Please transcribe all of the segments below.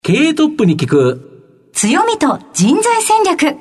経営トップに聞く強みと人材戦略。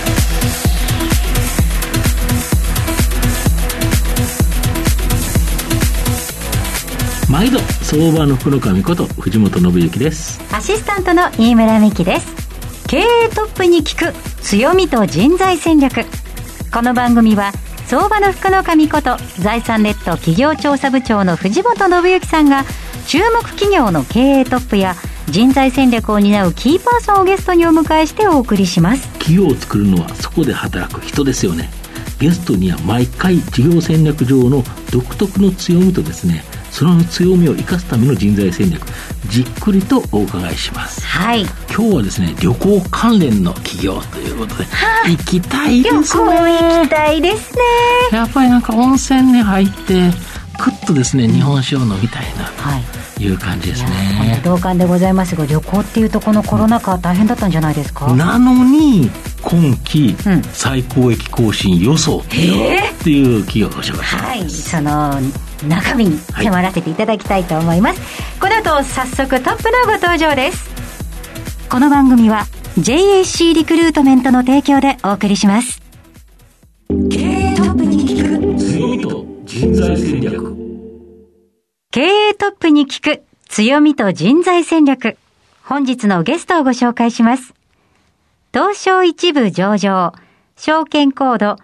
毎度相場の福の神こと藤本信之です。 アシスタントの飯村美希です。経営トップに聞く強みと人材戦略。この番組は相場の福の神こと財産ネット企業調査部長の藤本信之さんが注目企業の経営トップや人材戦略を担うキーパーソンをゲストにお迎えしてお送りします。 企業を作るのはそこで働く人ですよね。ゲストには毎回事業戦略上の独特の強みとですね、その強みを生かすための人材戦略、じっくりとお伺いします。 はい。 今日はですね、旅行関連の企業ということで、行きたいですね。 旅行行きたいですね。 やっぱりなんか温泉に入ってクッとですね、日本酒を飲みたいなという感じですね。 同感でございますが、旅行っていうとこのコロナ禍大変だったんじゃないですか。 なのに今期、最高益更新予想っていう企業をご紹介します。 はい、その中身に迫らせていただきたいと思います。この後早速トップのご登場です。この番組は JAC リクルートメントの提供でお送りします。経営トップに聞く強みと人材戦略。 経営トップに聞く強みと人材戦略。本日のゲストをご紹介します。東証一部上場、証券コード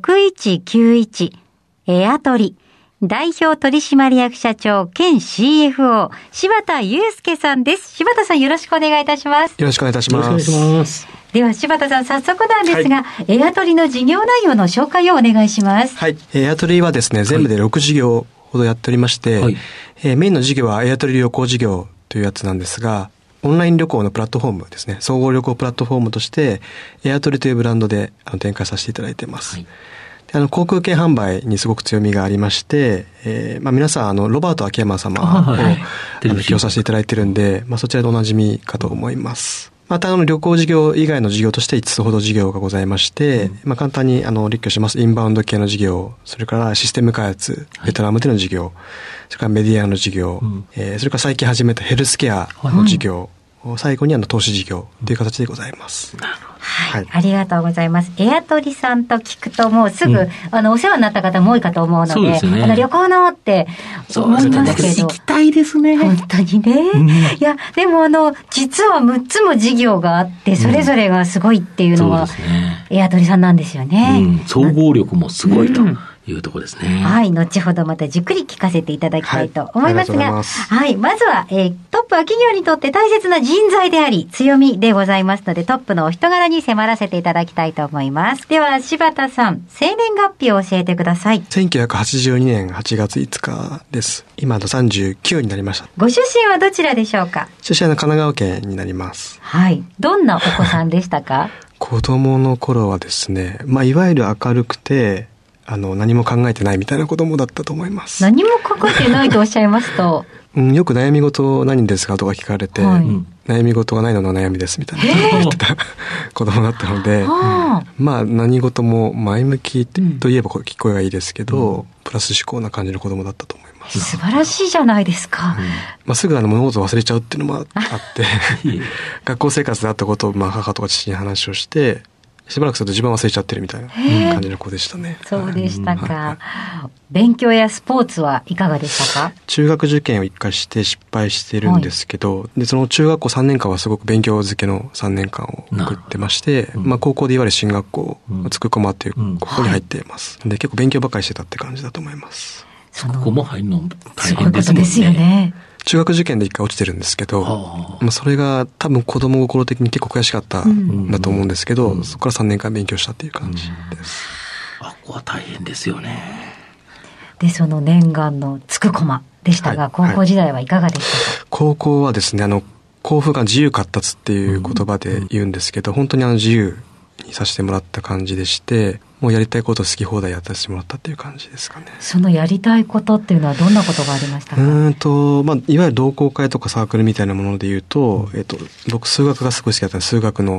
6191エアトリ代表取締役社長兼 CFO 柴田祐介さんです。柴田さん、よろしくお願いいたします。 よろしくお願いいたします。 よろしくお願いします。 では柴田さん、早速なんですが、エアトリの事業内容の紹介をお願いします。 はい、エアトリはですね、全部で6事業ほどやっておりまして、メインの事業はエアトリ旅行事業というやつなんですが、オンライン旅行のプラットフォームですね、総合旅行プラットフォームとしてエアトリというブランドで展開させていただいています。で航空券販売にすごく強みがありまして、皆さんロバート秋山様を起用させていただいているんで、そちらでおなじみかと思います。また旅行事業以外の事業として5つほど事業がございまして、簡単に立挙します。インバウンド系の事業、それからシステム開発、ベトナムでの事業、それからメディアの事業、それから最近始めたヘルスケアの事業、最後に投資事業という形でございます。 なるほど。はい、ありがとうございます。エアトリさんと聞くともうすぐ、お世話になった方も多いかと思うの で、旅行のって思いますけど、 行きたいですね。 本当にね。いやでも実は6つも事業があってそれぞれがすごいっていうのは、エアトリさんなんですよね。 総合力もすごいと。いうところですね。 はい、後ほどまたじっくり聞かせていただきたいと思いますが、はい、まずは、トップは企業にとって大切な人材であり強みでございますので、トップのお人柄に迫らせていただきたいと思います。では柴田さん、生年月日を教えてください。 1982年8月5日です。今39になりました。 ご出身はどちらでしょうか。 出身は神奈川県になります。 はい、どんなお子さんでしたか。 子供の頃はですね、いわゆる明るくて何も考えてないみたいな子供だったと思います。 何も考えてないとおっしゃいますとよく悩み事何ですかとか聞かれて、悩み事がないのが悩みですみたいなことを言ってた子供だったので、何事も前向きといえば聞こえがいいですけど、プラス思考な感じの子供だったと思います。 素晴らしいじゃないですか。 すぐ物事を忘れちゃうっていうのもあって学校生活であったことを母とか父に話をしてしばらくすると自分忘れちゃってるみたいな感じの子でしたね。 そうでしたか。勉強やスポーツはいかがでしたか。 中学受験を一回して失敗してるんですけど、でその中学校3年間はすごく勉強漬けの3年間を送ってまして、高校でいわゆる進学校、つくこまっていうここに入っています。で結構勉強ばっかりしてたって感じだと思います。 ここも入るの大変ですもんね。 そういうことですよね。 中学受験で一回落ちてるんですけど、それが多分子供心的に結構悔しかったんだと思うんですけど、そこから3年間勉強したっていう感じです。 ここは大変ですよね。 でその念願のつくこまでしたが、高校時代はいかがでしたか。 高校はですね、校風が自由闊達っていう言葉で言うんですけど、本当に自由にさせてもらった感じでして、もうやりたいこと好き放題やらせてもらったっていう感じですかね。 そのやりたいことっていうのはどんなことがありましたか。 いわゆる同好会とかサークルみたいなもので言うと、僕数学がすごい好きだったんで、数学の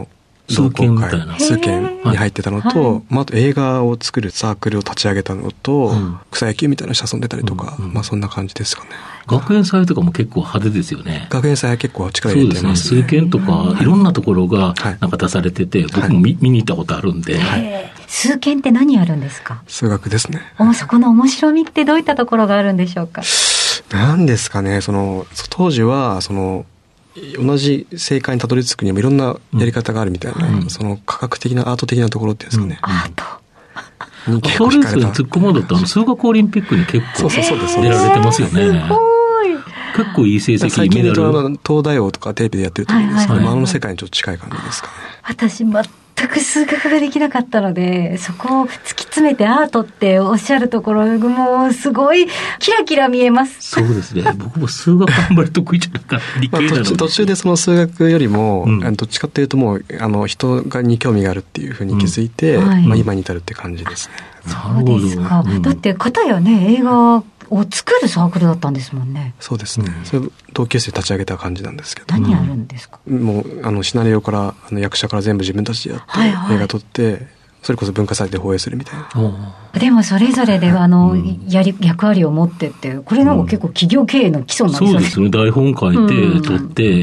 数件みたいな。 数件に入ってたのと、あと映画を作るサークルを立ち上げたのと、草野球みたいなのして遊んでたりとか、そんな感じですかね。 学園祭とかも結構派手ですよね。 学園祭は結構力入れてますね。 数件とか、いろんなところがなんか出されてて、僕も見に行ったことあるんで。 数件って何やるんですか？ 数学ですね。 そこの面白みってどういったところがあるんでしょうか？ なんですかね、当時は、同じ正解にたどり着くにもいろんなやり方があるみたいな、科学的なアート的なところっていうんですかね。 アート。 に結構惹かれた。突っ込もうと数学オリンピックに結構出られてますよね。 すごい。 結構いい成績、 最近メダル。 東大王とかテレビでやってると思うんですけど、の世界にちょっと近い感じですかね。 私全く数学ができなかったので、そこを突き詰めてアートっておっしゃるところもうすごいキラキラ見えます。 そうですね。僕も数学あんまり得意じゃなかった理系なので、 途中でその数学よりも、どっちかっていうともう人に興味があるっていうふうに気づいて、今に至るって感じですね。 そうですか。だって片やね、映画を作るサークルだったんですもんね。 そうですね。それ同級生立ち上げた感じなんですけど。 何やるんですか？ もうシナリオから役者から全部自分たちでやって、映画撮ってそれこそ文化祭で放映するみたいな。 でもそれぞれで役割を持ってって、これの結構企業経営の基礎なんですよね。 そうですね。台本書いて撮って、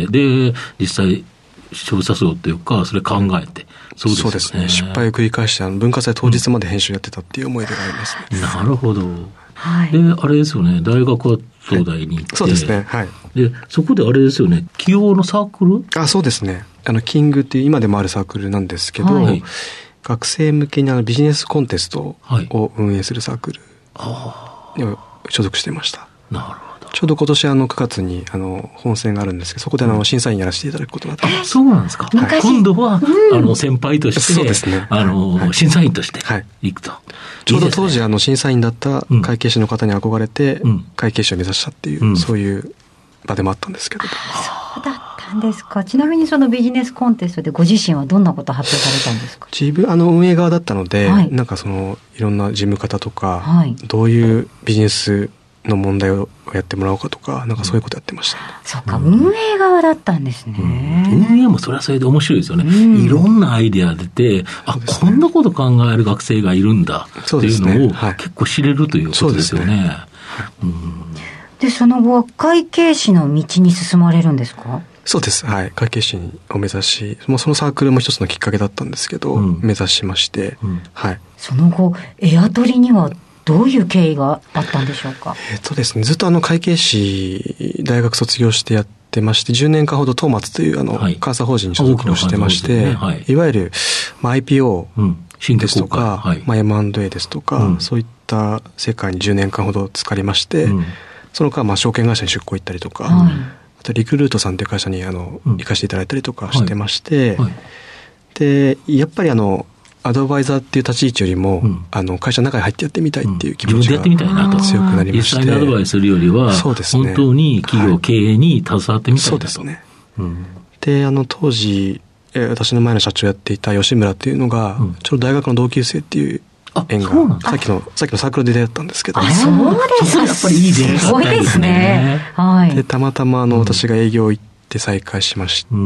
で実際小説をというかそれ考えて。 そうですね。失敗を繰り返して文化祭当日まで編集やってたっていう思い出がありますね。 なるほど。で、あれですよね、大学は東大に行って、 そうですね、はい。 で、そこであれですよね、起業のサークル？ そうですね。キングっていう今でもあるサークルなんですけど、学生向けにビジネスコンテストを運営するサークルに所属していました。 なるほど。 ちょうど今年9月に本選があるんですけど、そこで審査員やらせていただくことになってます。 そうなんですか。今度は先輩として、 そうですね。 審査員として行くと。 ちょうど当時審査員だった会計士の方に憧れて、会計士を目指したっていう、そういう場でもあったんですけど。 そうだったんですか。ちなみにそのビジネスコンテストでご自身はどんなことを発表されたんですか？ 自分運営側だったので、なんかいろんな事務方とか、どういうビジネスの問題をやってもらおうかとか、なんかそういうことやってましたね。 そうか、運営側だったんですね。 運営もそれはそれで面白いですよね。いろんなアイデア出て、こんなこと考える学生がいるんだっていうのを結構知れるということですよね。 で、その後は会計士の道に進まれるんですか？ そうです。はい。会計士を目指し、もうそのサークルも一つのきっかけだったんですけど、目指しまして、はい。 その後、エアトリにはどういう経緯があったんでしょうか？ ですね、ずっと会計士、大学卒業してやってまして、10年間ほど東松という監査法人に所属をしてまして、いわゆる、IPO ですとか、M&A ですとか、そういった世界に10年間ほど浸かりまして、その間、証券会社に出向行ったりとか、あとリクルートさんという会社に行かせていただいたりとかしてまして、で、やっぱりアドバイザーっていう立ち位置よりも、会社の中に入ってやってみたいっていう気持ちが強くなりまして、 実際にアドバイスするよりは、本当に企業経営に携わってみたいなと。そうですね。で、当時、私の前の社長やっていた吉村っていうのが、ちょうど大学の同級生っていう縁が、さっきのサークルで出会ったんですけど。 そうですか。 やっぱりいい出会いすごいですね。 で、たまたま私が営業行って再会しまして、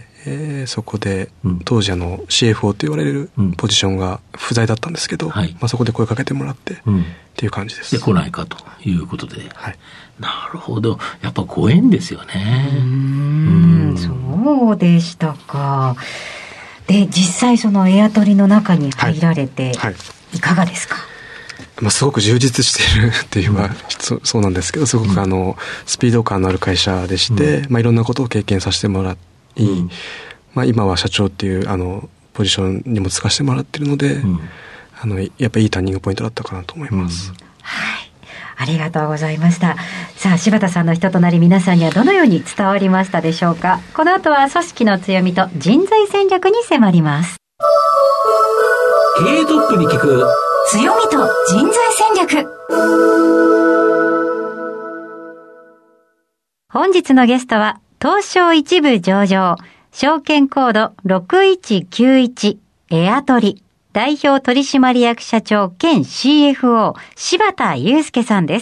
そこで当時CFO と言われるポジションが不在だったんですけど、そこで声かけてもらってっていう感じです。 で、来ないかということで。なるほど。やっぱご縁ですよね。 そうでしたか。で、実際そのエアトリの中に入られていかがですか？ すごく充実しているっていうか、そうなんですけど、すごくスピード感のある会社でして、いろんなことを経験させてもらって、今は社長っていうポジションにも就かせてもらっているので、やっぱりいいターニングポイントだったかなと思います。 はい、ありがとうございました。さあ、柴田さんの人となり、皆さんにはどのように伝わりましたでしょうか？この後は組織の強みと人材戦略に迫ります。 経営トップに聞く強みと人材戦略。本日のゲストは東証一部上場、証券コード6191エアトリ代表取締役社長兼 CFO 柴田祐介さんです。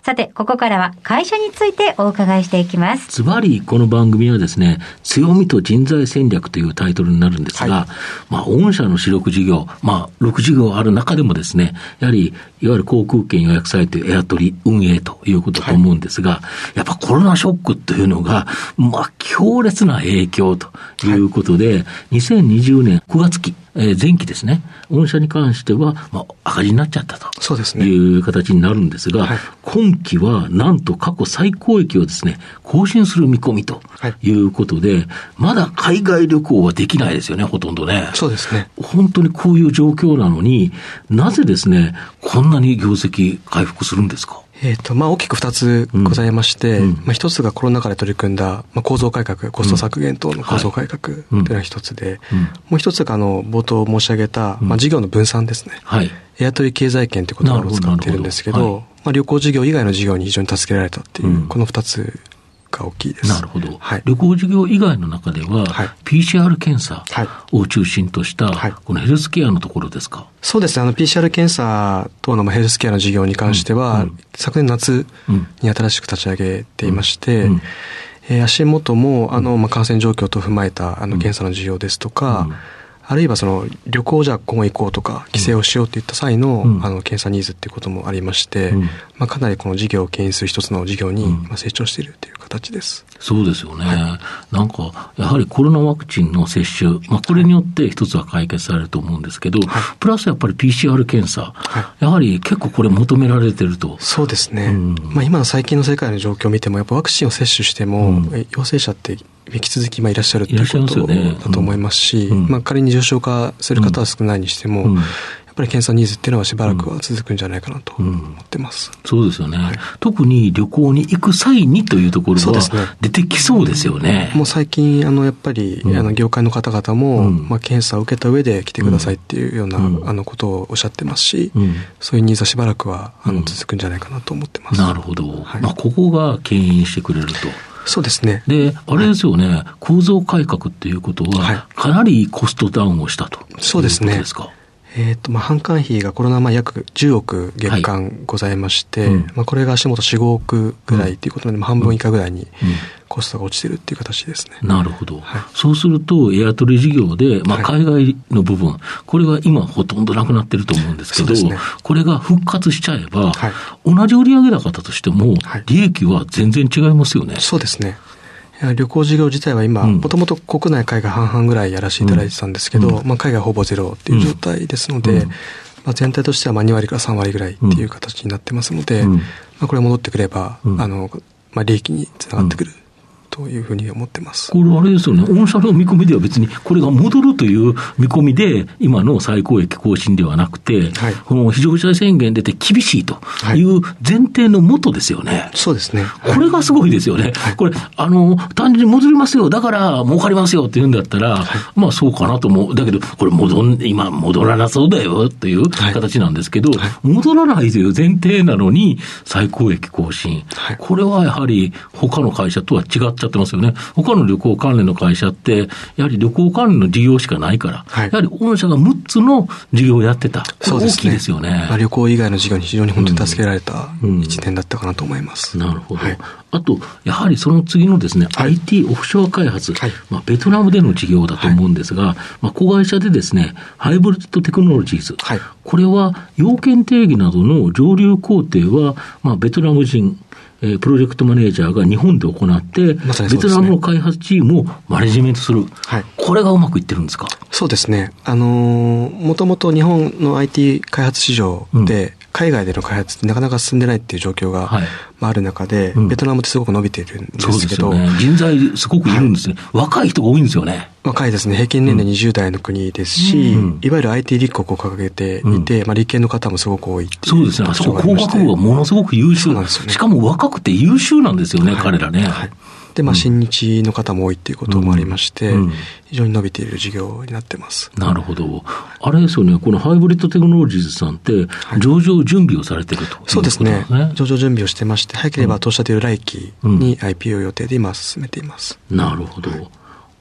さて、ここからは会社についてお伺いしていきます。 ズバリこの番組はですね、強みと人材戦略というタイトルになるんですが、御社の主力事業、6事業ある中でもですね、やはりいわゆる航空券予約サイトエアトリ運営ということだと思うんですが、やっぱコロナショックというのが、強烈な影響ということで、2020年9月期、前期ですね、御社に関しては、赤字になっちゃったという形になるんですが、今期はなんと過去最高益をですね、更新する見込みということで、まだ海外旅行はできないですよね、ほとんどね。 そうですね。 本当にこういう状況なのになぜですね、こんなに業績回復するんですか？ 大きく2つございまして、1つがコロナ禍で取り組んだ、構造改革、コスト削減等の構造改革というのが1つで、もう1つが冒頭申し上げた、事業の分散ですね。エアトリ経済圏という言葉を使っているんですけど、旅行事業以外の事業に非常に助けられたっていう、この2つが大きいです。 なるほど。旅行事業以外の中では、PCR 検査を中心とした、このヘルスケアのところですか？ そうですね。PCR 検査等のヘルスケアの事業に関しては、昨年夏に新しく立ち上げていまして、足元も感染状況と踏まえた検査の事業ですとか、あるいは旅行じゃ今後行こうとか帰省をしようといった際の、検査ニーズっていうこともありまして、かなりこの事業を牽引する一つの事業に、成長しているという形です。 そうですよね。なんかやはりコロナワクチンの接種、これによって一つは解決されると思うんですけど、プラスやっぱり PCR 検査、やはり結構これ求められてると。 そうですね。今の最近の世界の状況を見ても、やっぱワクチンを接種しても、陽性者って引き続きいらっしゃるということだと思いますし、仮に重症化する方は少ないにしても、やっぱり検査ニーズっていうのはしばらくは続くんじゃないかなと思ってます。 そうですよね。特に旅行に行く際にというところは出てきそうですよね。 もう最近やっぱり業界の方々も、検査を受けた上で来てくださいっていうようなことをおっしゃってますし、そういうニーズはしばらくは続くんじゃないかなと思ってます。 なるほど。ここが牽引してくれると。 そうですね。 で、あれですよね、構造改革っていうことは、かなりコストダウンをしたということですか？ そうですね。販管費がコロナ前約10億月間ございまして、これが足元4、5億ぐらいということで、半分以下ぐらいにコストが落ちているっていう形ですね。 なるほど。そうすると、エアトリ事業で、海外の部分、これは今ほとんどなくなってると思うんですけど、これが復活しちゃえば、同じ売上高だとしても、利益は全然違いますよね。 そうですね。旅行事業自体は今、もともと国内海外半々ぐらいやらせていただいてたんですけど、海外ほぼゼロっていう状態ですので、全体としては2割から3割ぐらいっていう形になってますので、これ戻ってくれば、利益につながってくるというふうに思ってます。 これあれですよね、御社の見込みでは別にこれが戻るという見込みで今の最高益更新ではなくて、この非常事態宣言出て厳しいという前提のもとですよね。 そうですね。 これがすごいですよね。これ単純に戻りますよ、だから儲かりますよって言うんだったら、そうかなと思う。だけどこれ今戻らなそうだよという形なんですけど、戻らないという前提なのに最高益更新、これはやはり他の会社とは違ってちゃってますよね。他の旅行関連の会社ってやはり旅行関連の事業しかないから、やはり御社が6つの事業をやってた。これ大きいですよね。 旅行以外の事業に非常に本当に助けられた一年だったかなと思います。 なるほど。あとやはりその次のですね、IT オフショア開発、ベトナムでの事業だと思うんですが、子会社でですね、ハイブリッドテクノロジーズ、これは要件定義などの上流工程は、ベトナム人プロジェクトマネージャーが日本で行って、ベトナムの開発チームをマネジメントする。これがうまくいってるんですか？ そうですね。もともと日本の IT 開発市場で、海外での開発ってなかなか進んでないっていう状況がある中で、ベトナムってすごく伸びているんですけど。 そうですよね。人材すごくいるんですね。若い人が多いんですよね。 若いですね。平均年齢20代の国ですし、いわゆる IT 立国を掲げていて、理系の方もすごく多いっていう。 そうですね。あそこ工学部はものすごく優秀なんですよね。しかも若くて優秀なんですよね、彼らね。 で、親日の方も多いっていうこともありまして、非常に伸びている事業になってます。 なるほど。あれですよね、このハイブリッドテクノロジーズさんって、上場準備をされているということですね。 そうですね。上場準備をしてまして、早ければ当社でいう来期に IPO 予定で今進めています。 なるほど。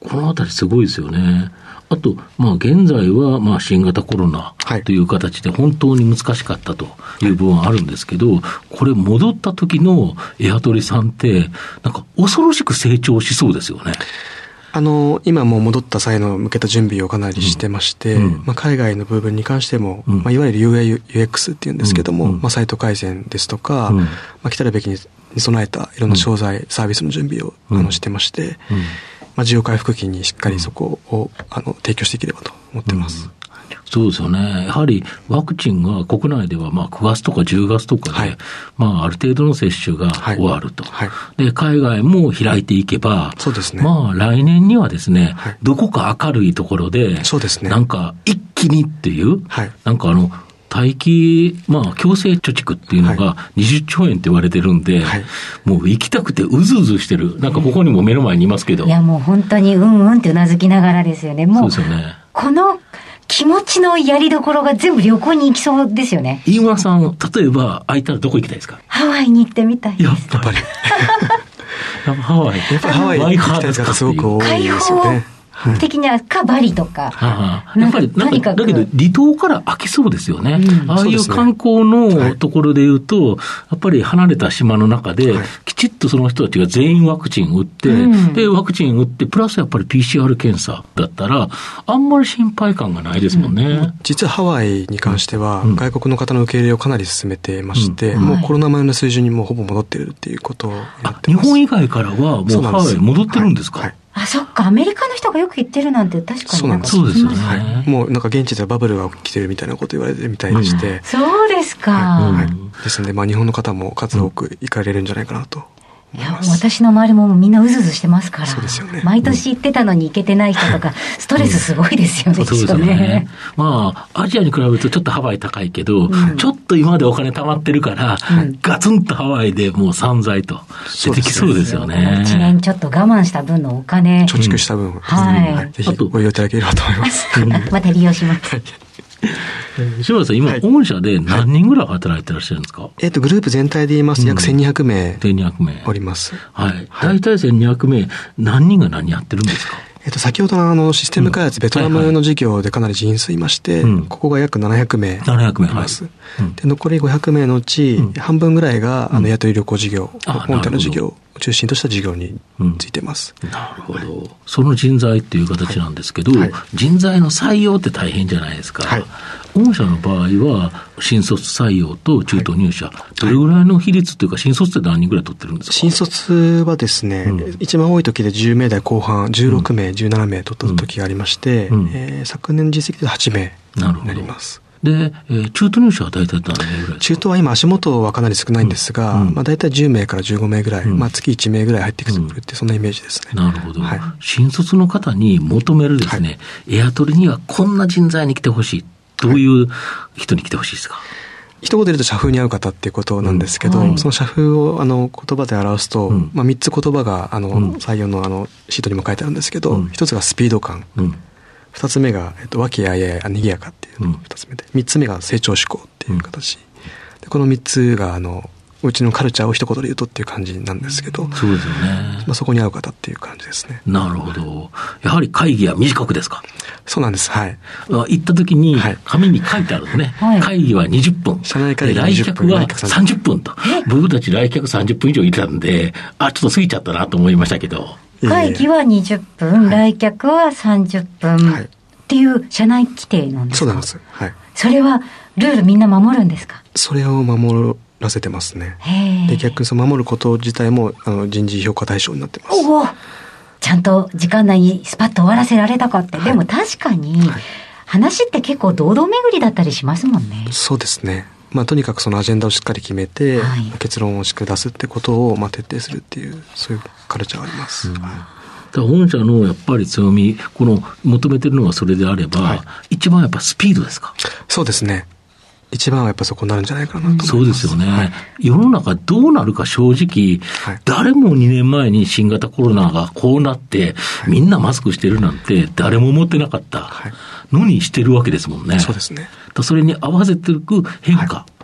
このあたりすごいですよね。あと、現在は新型コロナという形で本当に難しかったという部分はあるんですけど、これ戻った時のエアトリさんってなんか恐ろしく成長しそうですよね。 今もう戻った際の向けた準備をかなりしてまして、海外の部分に関しても、いわゆる UI、UX っていうんですけども、サイト改善ですとか、来たるべきに備えたいろんな商材、サービスの準備をしてまして、需要回復期にしっかりそこを提供していければと思ってます。 そうですよね。やはりワクチンが国内では9月とか10月とかで、ある程度の接種が終わると。で、海外も開いていけば、 そうですね。 来年にはですね、どこか明るいところで、 そうですね。 なんか一気にっていう、なんか待機、強制貯蓄っていうのが20兆円って言われてるんで、もう行きたくてうずうずしてる。なんかここにも目の前にいますけど。 いやもう本当にってうなずきながらですよね。もう、 そうですよね。 この気持ちのやりどころが全部旅行に行きそうですよね。 飯村さん、例えば空いたらどこ行きたいですか？ ハワイに行ってみたいです。 やっぱり。 やっぱハワイ。 やっぱハワイ行きたい方がすごく多いですよね。 的にはバリとか。 やっぱりだけど離島から飽きそうですよね。ああいう観光のところで言うと、やっぱり離れた島の中で、きちっとその人たちが全員ワクチン打って、で、ワクチン打って、プラスやっぱり PCR 検査だったら、あんまり心配感がないですもんね。 実はハワイに関しては、外国の方の受け入れをかなり進めてまして、もうコロナ前の水準にもうほぼ戻っているっていうことをやってます。 日本以外からはもうハワイ戻ってるんですか？ そっか、アメリカの人がよく言ってるなんて確かになんかそうですよね。 もうなんか現地ではバブルが起きてるみたいなこと言われてるみたいでして。 そうですか。 ですので、日本の方も数多く行かれるんじゃないかなと。 いや、私の周りもみんなうずうずしてますから。 そうですよね。 毎年行ってたのに行けてない人とか、ストレスすごいですよね。 そうですよね。アジアに比べるとちょっとハワイ高いけど、ちょっと今までお金貯まってるから、ガツンとハワイでもう散財と出てきそうですよね。 1年ちょっと我慢した分のお金。 貯蓄した分。ぜひご利用いただければと思います。 また利用します。 柴田さん、今、御社で何人ぐらい働いてらっしゃるんですか？ グループ全体で言いますと約1200名おります。 大体1200名、何人が何やってるんですか？ 先ほどのシステム開発、ベトナムの事業でかなり人数いまして、ここが約700名います。で、残り500名のうち、半分ぐらいがエアトリ旅行事業、本体の事業を中心とした事業についてます。 なるほど。その人材っていう形なんですけど、人材の採用って大変じゃないですか。御社の場合は、新卒採用と中途入社、どれぐらいの比率というか、新卒って何人ぐらい取ってるんですか？新卒はですね、一番多い時で10名台後半、16名、17名取った時がありまして、昨年実績で8名になります。 で、中途入社は大体何名ぐらい？ 中途は今足元はかなり少ないんですが、大体10名から15名ぐらい、月1名ぐらい入ってくるって、そんなイメージですね。 なるほど。新卒の方に求めるですね、エアトリにはこんな人材に来てほしい。どういう人に来てほしいですか？ 一言で言うと社風に合う方っていうことなんですけど、その社風を言葉で表すと、3つ言葉が採用のシートにも書いてあるんですけど、1つがスピード感、2つ目が和気あいあい賑やかっていう2つ目で、3つ目が成長志向っていう形で、この3つがうちのカルチャーを一言で言うとっていう感じなんですけど、 そうですよね。 そこに合う方っていう感じですね。 なるほど。やはり会議は短くですか？ そうなんです。 行った時に紙に書いてあるのね。会議は20分。 社内会議来客は30分と。僕たち来客30分以上いたんで、ちょっと過ぎちゃったなと思いましたけど。 会議は20分、来客は30分っていう社内規定なんですか？ そうなんです。 それはルールみんな守るんですか？ それを守らせてますね。で、逆にその守ること自体も人事評価対象になってます。 ちゃんと時間内にスパッと終わらせられたかって。でも確かに話って結構堂々巡りだったりしますもんね。 そうですね。とにかくそのアジェンダをしっかり決めて、結論をしっかり出すってことを徹底するっていう、そういうカルチャーがあります。 本社のやっぱり強み、この求めてるのがそれであれば、一番やっぱスピードですか？ そうですね。一番はやっぱそこになるんじゃないかなと思います。 そうですよね。世の中どうなるか正直、誰も2年前に新型コロナがこうなって、みんなマスクしてるなんて誰も思ってなかったのにしてるわけですもんね。 そうですね。 それに合わせていく変化。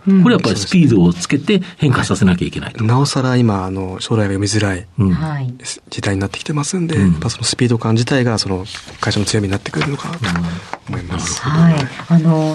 これやっぱりスピードをつけて変化させなきゃいけないと。 なおさら今将来が読みづらい時代になってきてますんで、やっぱそのスピード感自体がその会社の強みになってくるのかなと思います。 はい。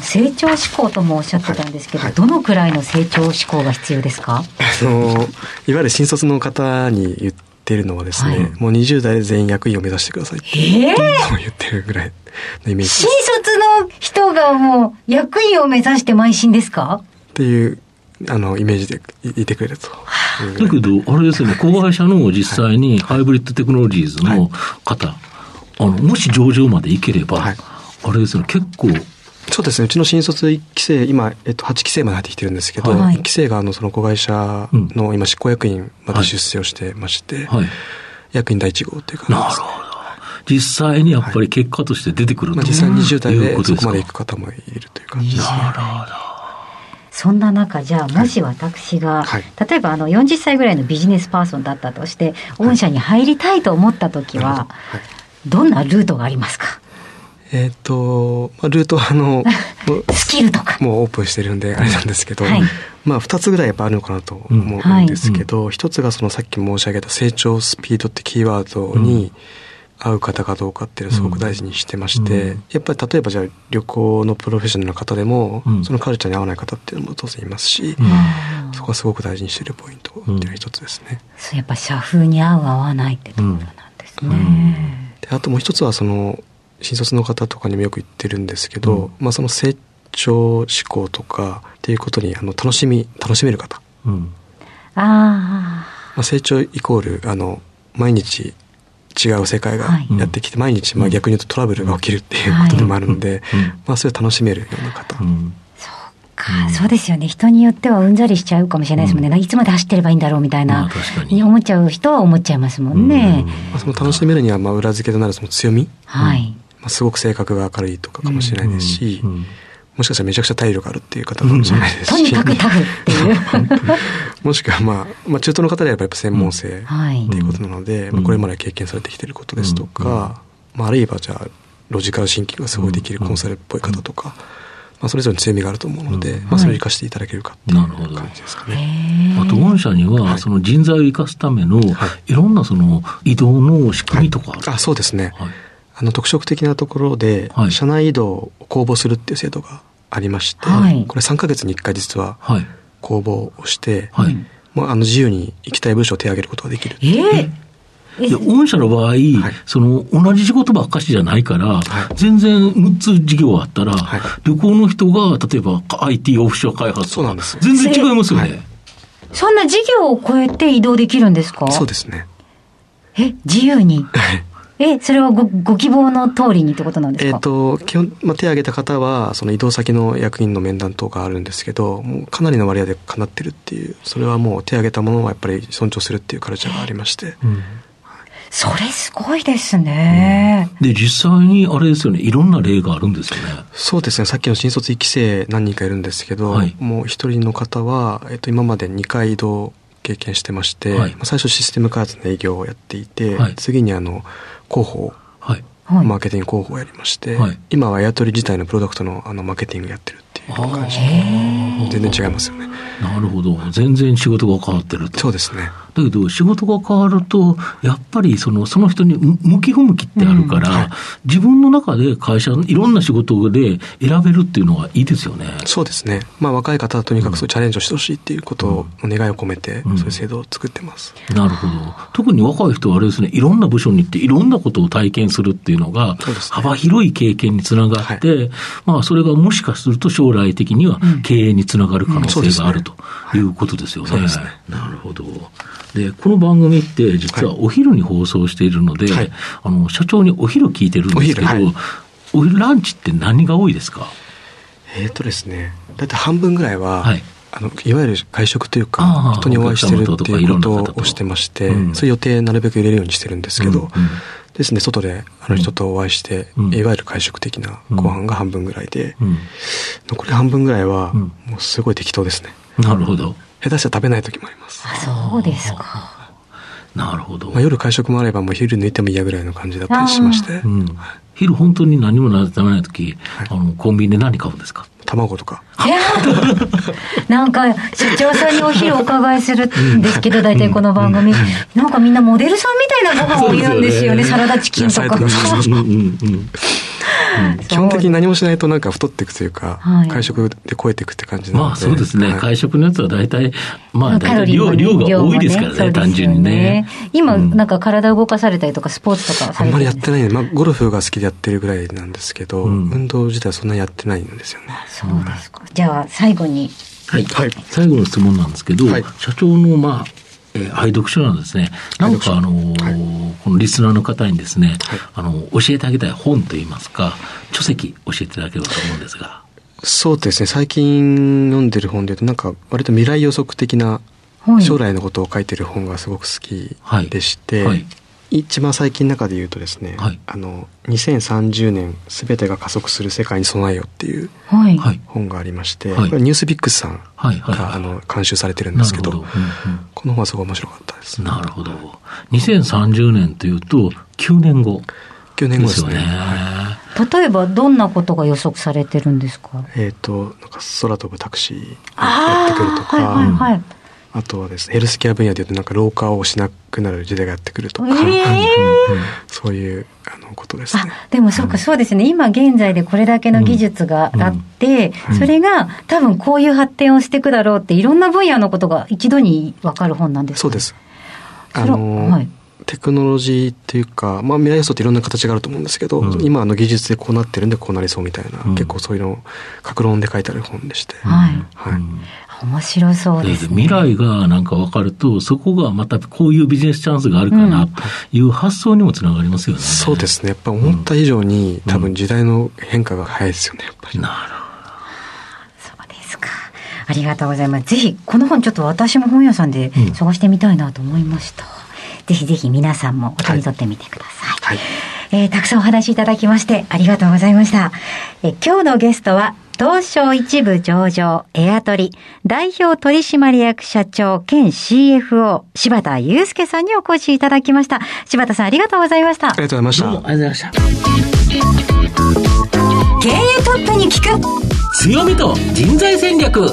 成長志向ともおっしゃってたんですけど、どのくらいの成長志向が必要ですか？ いわゆる新卒の方に言ってるのはですね、もう20代で全員役員を目指してくださいって言ってるぐらいのイメージです。 新卒の人がもう役員を目指して邁進ですか？ っていうイメージでいてくれると。 だけどあれですね、子会社の実際にハイブリッドテクノロジーズの方、もし上場までいければ、あれですね、結構。 そうですね、うちの新卒1期生今、8期生まで入ってきてるんですけど、1期生がその子会社の今執行役員まで出世をしてまして、役員第1号っていう感じです。 なるほど。実際にやっぱり結果として出てくるということですか。 実際20代でそこまで行く方もいるという感じですね。 なるほど。 そんな中、じゃあもし私が、例えば40歳ぐらいのビジネスパーソンだったとして御社に入りたいと思ったときは、どんなルートがありますか？ ルートはスキルとかもうオープンしてるんであれなんですけど、2つぐらいやっぱあるのかなと思うんですけど、1つがそのさっき申し上げた成長スピードってキーワードに合う方かどうかっていうのをすごく大事にしてまして、やっぱり例えばじゃあ旅行のプロフェッショナルの方でも、そのカルチャーに合わない方っていうのも当然いますし、そこはすごく大事にしているポイントっていうのが一つですね。 そうやっぱ社風に合う合わないってところなんですね。 であともう一つはその新卒の方とかにもよく言ってるんですけど、その成長志向とかっていうことに楽しめる方、成長イコール毎日違う世界がやってきて、毎日逆に言うとトラブルが起きるっていうことでもあるので、それを楽しめるような方、 そうですよね。人によってはうんざりしちゃうかもしれないですもんね。いつまで走ってればいいんだろうみたいな、に思っちゃう人は思っちゃいますもんね。 その楽しめるには裏付けとなるその強み、すごく性格が明るいとかかもしれないですし、もしかしたらめちゃくちゃ体力あるっていう方かもしれないですし、 とにかくタフっていうもしくは中途の方であればやっぱ専門性っていうことなので、これまで経験されてきていることですとか、あるいはじゃあロジカルシンキングがすごいできるコンサルっぽい方とか、それぞれに強みがあると思うので、それを生かしていただけるかっていう感じですかね。 あと御社にはその人材を生かすためのいろんなその移動の仕組みとかある。 そうですね。特色的なところで、社内移動を公募するっていう制度がありまして、これ3ヶ月に1回実は公募をして、自由に行きたい部署を手を挙げることができる。 御社の場合、その同じ仕事ばっかしじゃないから、全然6つ事業あったら、旅行の人が例えば IT オフショア開発とか全然違いますよね。 そんな事業を超えて移動できるんですか？ そうですね。 自由にそれは ご希望の通りにってことなんですか？ 基本、手を挙げた方はその移動先の役員の面談等があるんですけど、もうかなりの割合で叶ってるっていう、それはもう手を挙げたものはやっぱり尊重するっていうカルチャーがありまして、 それすごいですね。 で実際にあれですよね、いろんな例があるんですよね。 そうですね。さっきの新卒1期生何人かいるんですけど、もう一人の方は、今まで2回移動経験してまして、最初システム開発の営業をやっていて、次に広報、マーケティング広報をやりまして、今はエアトリ自体のプロダクトのマーケティングやってるっていう感じで、全然違いますよね。 なるほど。全然仕事が変わってると。 そうですね。 だけど仕事が変わるとやっぱりその人に向き不向きってあるから、自分の中で会社いろんな仕事で選べるっていうのはいいですよね。 そうですね。若い方はとにかくそういうチャレンジをしてほしいっていうことを願いを込めて、そういう制度を作ってます。 なるほど。特に若い人はあれですね、いろんな部署に行っていろんなことを体験するっていうのが幅広い経験につながって、それがもしかすると将来的には経営につながる可能性があるということですよね。なるほど。でこの番組って実はお昼に放送しているので、社長にお昼聞いてるんですけど、お昼ランチって何が多いですか？ ですね、だいたい半分ぐらいは、いわゆる会食というか人にお会いしてるっていうことをしてまして、そういう予定なるべく入れるようにしてるんですけど、ですね、外で人とお会いして、いわゆる会食的なご飯が半分ぐらいで、残り半分ぐらいはもうすごい適当ですね。 なるほど。 下手したら食べない時もあります。 そうですか。 なるほど。 夜会食もあればもう昼抜いても嫌ぐらいの感じだったりしまして、 昼本当に何も食べないとき、コンビニで何買うんですか？ 卵とか。 なんか社長さんにお昼お伺いするんですけど、大体この番組、なんかみんなモデルさんみたいなご飯を言うんですよね。サラダチキンとか。 基本的に何もしないとなんか太っていくというか、会食で超えていくって感じなので。 そうですね。会食のやつは大体、大体量が多いですからね、単純にね。 今、なんか体を動かされたりとか、スポーツとかされてるんですか？ あんまりやってないね。ゴルフが好きでやってるぐらいなんですけど、運動自体はそんなにやってないんですよね。 そうですか。じゃあ、最後に。 はい。最後の質問なんですけど、社長の、愛読書なんですね。なんかこのリスナーの方にですね、教えてあげたい本といいますか、書籍教えていただければと思うんですが。 そうですね。最近読んでる本で言うと、なんか割と未来予測的な将来のことを書いてる本がすごく好きでして、一番最近の中で言うとですね、2030年すべてが加速する世界に備えよっていう本がありまして、これニュースビックスさんが監修されてるんですけど、この本はすごい面白かったです。 なるほど。2030年というと9年後ですよね。 例えばどんなことが予測されてるんですか？ なんか空飛ぶタクシーがやってくるとか、あとはですね、ヘルスケア分野でいうとなんか老化をしなくなる時代がやってくるとか、そういうことですね。 でもそうですね。今現在でこれだけの技術があって、それが多分こういう発展をしていくだろうって、いろんな分野のことが一度に分かる本なんですか？ そうです。テクノロジーっていうか、未来予想っていろんな形があると思うんですけど、今技術でこうなってるんでこうなりそうみたいな、結構そういうのを格論で書いてある本でして、 面白そうですね。 未来がなんか分かると、そこがまたこういうビジネスチャンスがあるかなという発想にもつながりますよね。 そうですね。やっぱ思った以上に、多分時代の変化が早いですよね、やっぱり。 なるほど。そうですか。ありがとうございます。ぜひこの本ちょっと私も本屋さんで探してみたいなと思いました。ぜひぜひ皆さんもお手に取ってみてください。たくさんお話しいただきましてありがとうございました。今日のゲストは東証一部上場エアトリ代表取締役社長兼 CFO 柴田祐介さんにお越しいただきました。柴田さんありがとうございました。 ありがとうございました。 どうもありがとうございました。 経営トップに聞く強みと人材戦略。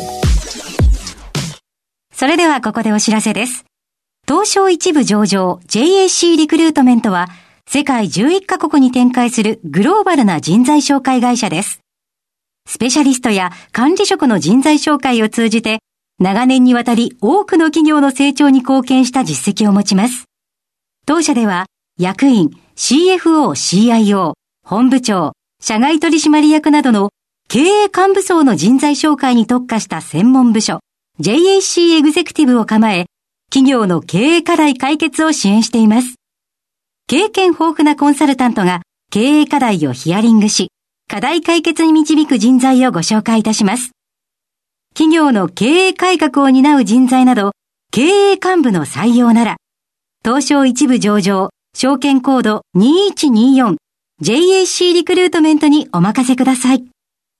それではここでお知らせです。東証一部上場 JAC リクルートメントは世界11カ国に展開するグローバルな人材紹介会社です。スペシャリストや管理職の人材紹介を通じて長年にわたり多くの企業の成長に貢献した実績を持ちます。当社では役員、CFO、CIO、本部長、社外取締役などの経営幹部層の人材紹介に特化した専門部署 JAC エグゼクティブを構え、企業の経営課題解決を支援しています。経験豊富なコンサルタントが経営課題をヒアリングし、課題解決に導く人材をご紹介いたします。企業の経営改革を担う人材など、経営幹部の採用なら、東証一部上場、証券コード2124、JAC リクルートメントにお任せください。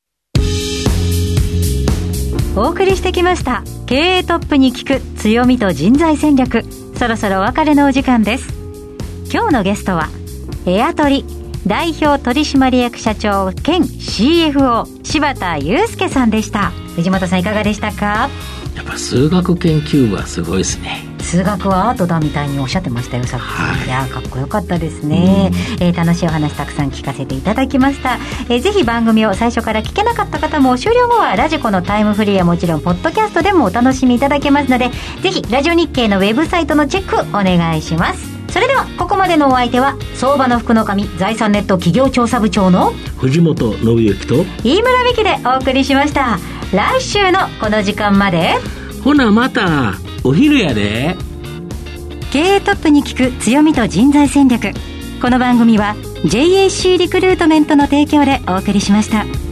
お送りしてきました経営トップに聞く強みと人材戦略。そろそろお別れのお時間です。今日のゲストはエアトリ代表取締役社長兼 CFO 柴田祐介さんでした。藤本さんいかがでしたか？ やっぱ数学研究部はすごいですね。 数学はアートだみたいにおっしゃってましたよさっき。いやかっこよかったですね。楽しいお話たくさん聞かせていただきました。ぜひ番組を最初から聞けなかった方も終了後はラジコのタイムフリーはもちろんポッドキャストでもお楽しみいただけますので、ぜひラジオ日経のウェブサイトのチェックお願いします。それではここまでのお相手は相場の福の神財産ネット企業調査部長の藤本信之と飯村美希でお送りしました。来週のこの時間までほなまたお昼やで。 経営トップに聞く強みと人材戦略。この番組は JAC リクルートメントの提供でお送りしました。